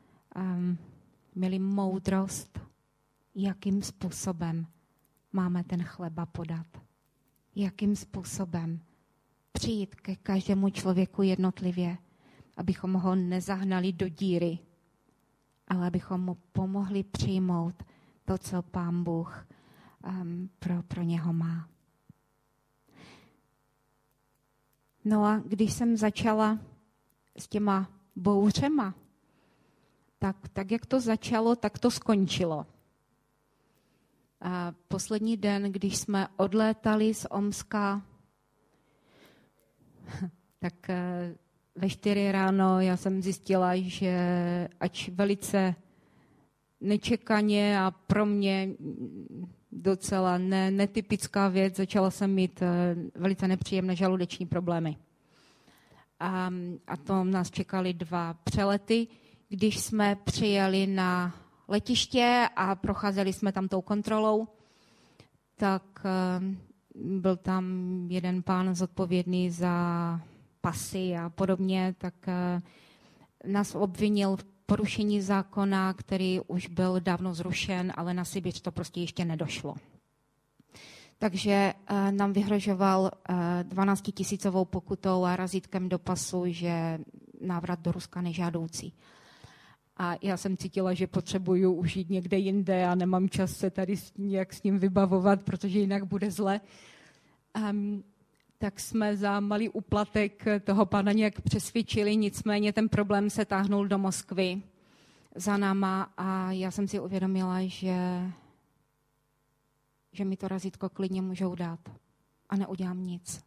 měli moudrost, jakým způsobem máme ten chleba podat. Jakým způsobem přijít ke každému člověku jednotlivě, abychom ho nezahnali do díry, ale abychom mu pomohli přijmout to, co Pán Bůh pro něho má. No a když jsem začala s těma bouřema, tak jak to začalo, tak to skončilo. A poslední den, když jsme odlétali z Omska, tak ve 4 ráno já jsem zjistila, že ač velice nečekaně a pro mě docela netypická věc, začala jsem mít velice nepříjemné žaludeční problémy. A to nás čekali 2 přelety, když jsme přijeli na letiště a procházeli jsme tam tou kontrolou, tak byl tam jeden pán zodpovědný za pasy a podobně, tak nás obvinil v porušení zákona, který už byl dávno zrušen, ale na Sibiř to prostě ještě nedošlo. Takže nám vyhrožoval 12 000 pokutou a razítkem do pasu, že návrat do Ruska nežádoucí. A já jsem cítila, že potřebuju už jít někde jinde a nemám čas se tady nějak s ním vybavovat, protože jinak bude zle. Tak jsme za malý úplatek toho pána nějak přesvědčili, nicméně ten problém se táhnul do Moskvy za náma a já jsem si uvědomila, že mi to razítko klidně můžou dát a neudělám nic.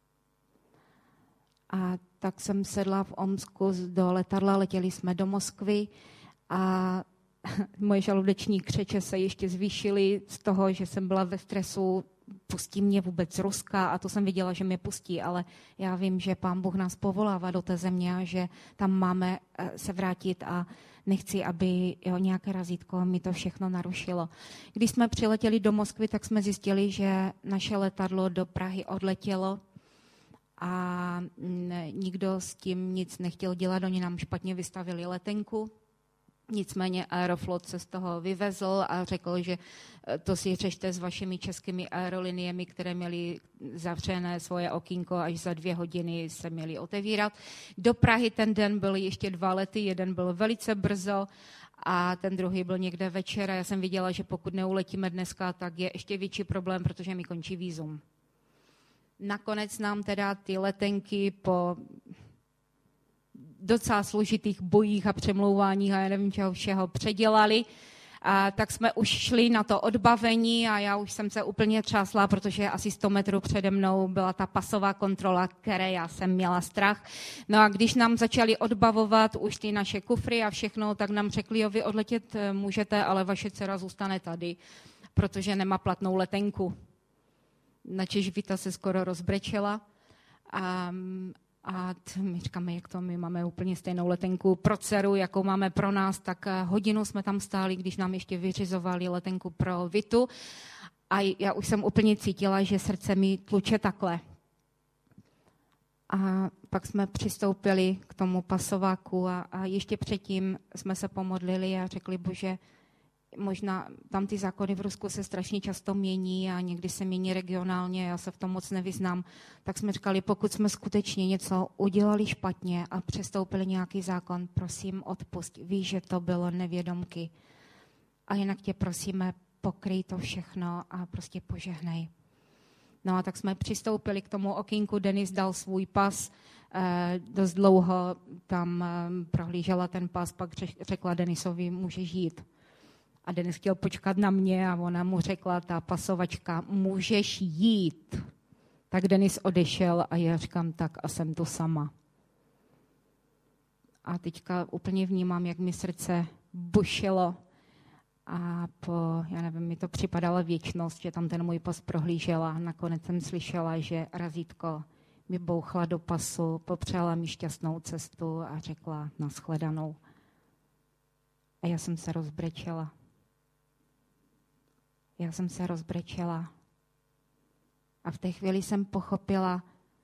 A tak jsem sedla v Omsku do letadla, letěli jsme do Moskvy a moje žaludeční křeče se ještě zvýšily z toho, že jsem byla ve stresu, pustí mě vůbec z Ruska a to jsem viděla, že mě pustí, ale já vím, že Pán Bůh nás povolává do té země a že tam máme se vrátit a nechci, aby nějaké razítko mi to všechno narušilo. Když jsme přiletěli do Moskvy, tak jsme zjistili, že naše letadlo do Prahy odletělo a nikdo s tím nic nechtěl dělat, oni nám špatně vystavili letenku. Nicméně Aeroflot se z toho vyvezl a řekl, že to si řešte s vašimi českými aeroliniemi, které měly zavřené svoje okýnko, až za 2 hodiny se měly otevírat. Do Prahy ten den byly ještě 2 lety, jeden byl velice brzo a ten druhý byl někde večer. A já jsem viděla, že pokud neuletíme dneska, tak je ještě větší problém, protože mi končí vízum. Nakonec nám teda ty letenky po docela složitých bojích a přemlouváních a já nevím čeho všeho předělali. A tak jsme už šli na to odbavení a já už jsem se úplně třásla, protože asi 100 metrů přede mnou byla ta pasová kontrola, které já jsem měla strach. No a když nám začali odbavovat už ty naše kufry a všechno, tak nám řekli, jo, vy odletět můžete, ale vaše dcera zůstane tady, protože nemá platnou letenku. Načež Vita se skoro rozbrečela a my říkáme, jak to, my máme úplně stejnou letenku pro dceru, jakou máme pro nás, tak hodinu jsme tam stáli, když nám ještě vyřizovali letenku pro Vitu a já už jsem úplně cítila, že srdce mi tluče takhle. A pak jsme přistoupili k tomu pasováku a ještě předtím jsme se pomodlili a řekli, Bože, možná tam ty zákony v Rusku se strašně často mění a někdy se mění regionálně, já se v tom moc nevyznám, tak jsme říkali, pokud jsme skutečně něco udělali špatně a přestoupili nějaký zákon, prosím, odpusť, víš, že to bylo nevědomky. A jinak tě prosíme, pokryj to všechno a prostě požehnej. No a tak jsme přistoupili k tomu okýnku, Denis dal svůj pas, dost dlouho tam prohlížela ten pas, pak řekla Denisovi, můžeš jít. A Denis chtěl počkat na mě a ona mu řekla, ta pasovačka, můžeš jít. Tak Denis odešel a já říkám, tak a jsem tu sama. A teďka úplně vnímám, jak mi srdce bušilo a já nevím, mi to připadala věčnost, že tam ten můj pas prohlížela. Nakonec jsem slyšela, že razítko mi bouchla do pasu, popřála mi šťastnou cestu a řekla nashledanou. A já jsem se rozbrečela. A v té chvíli jsem pochopila,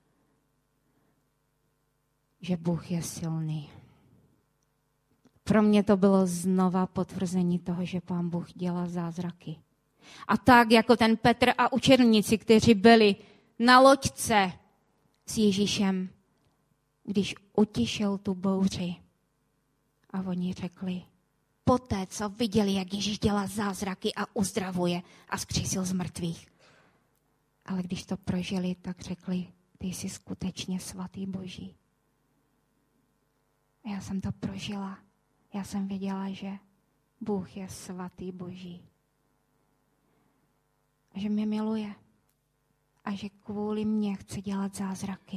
že Bůh je silný. Pro mě to bylo znova potvrzení toho, že Pán Bůh dělá zázraky. A tak jako ten Petr a učedníci, kteří byli na loďce s Ježíšem, když utišil tu bouři. A oni řekli, poté, co viděli, jak Ježíš dělá zázraky a uzdravuje a vzkřísil z mrtvých. Ale když to prožili, tak řekli, ty jsi skutečně svatý Boží. A já jsem to prožila. Já jsem věděla, že Bůh je svatý Boží. A že mě miluje. A že kvůli mně chce dělat zázraky.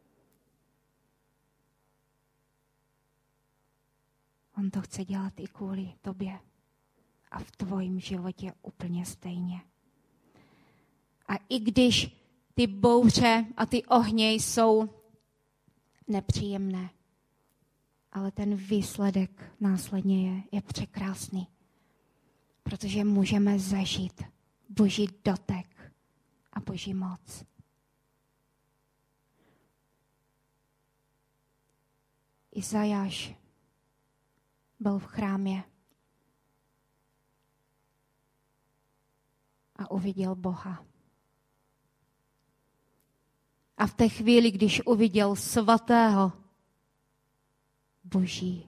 On to chce dělat i kvůli tobě. A v tvojím životě úplně stejně. A i když ty bouře a ty ohně jsou nepříjemné, ale ten výsledek následně je překrásný. Protože můžeme zažít Boží dotek a Boží moc. Izajáš byl v chrámě a uviděl Boha. A v té chvíli, když uviděl svatého Boží,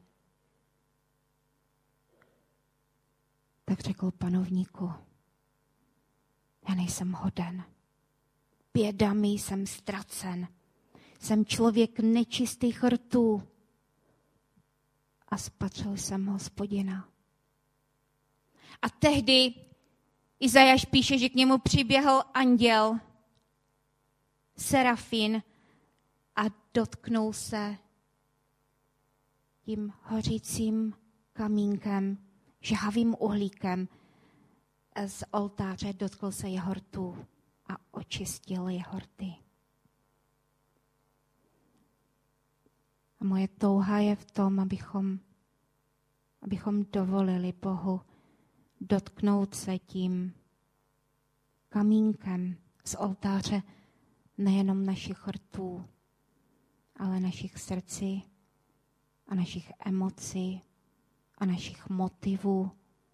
tak řekl panovníku, já nejsem hoden. Běda mi, jsem ztracen. Jsem člověk nečistých rtů. A spatřil jsem Hospodina. A tehdy Izajáš píše, že k němu přiběhl anděl, serafín, a dotknul se tím hořícím kamínkem, žhavým uhlíkem z oltáře, dotkl se jeho rtů a očistil jeho rty. A moje touha je v tom, abychom dovolili Bohu dotknout se tím kamínkem z oltáře nejenom našich rtů, ale našich srdcí a našich emocí a našich motivů,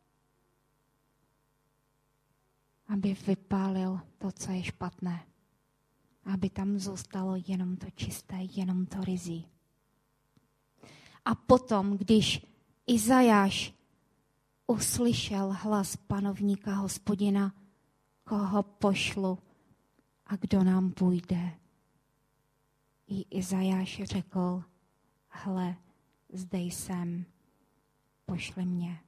aby vypálil to, co je špatné. Aby tam zůstalo jenom to čisté, jenom to ryzí. A potom, když Izajáš uslyšel hlas panovníka Hospodina, koho pošlu a kdo nám půjde, i Izajáš řekl, hle, zde jsem, pošli mě.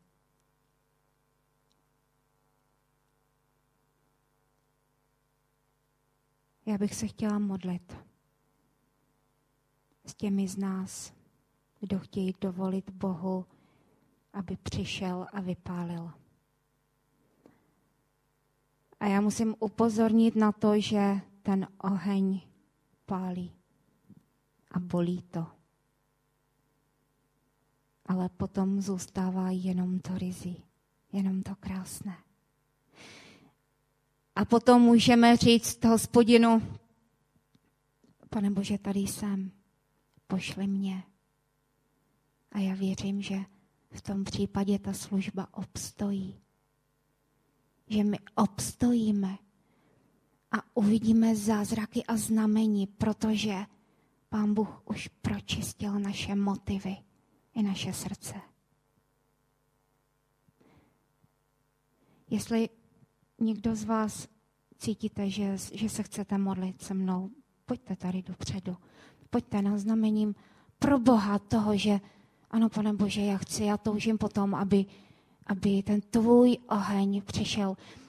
Já bych se chtěla modlit s těmi z nás, kdo chtějí dovolit Bohu, aby přišel a vypálil. A já musím upozornit na to, že ten oheň pálí a bolí to. Ale potom zůstává jenom to ryzí, jenom to krásné. A potom můžeme říct Hospodinu, Pane Bože, tady jsem, pošli mě. A já věřím, že v tom případě ta služba obstojí. Že my obstojíme a uvidíme zázraky a znamení, protože Pán Bůh už pročistil naše motivy i naše srdce. Jestli někdo z vás cítíte, že se chcete modlit se mnou, pojďte tady dopředu. Pojďte na znamením pro Boha toho, že ano, Pane Bože, já toužím potom, aby ten tvůj oheň přišel.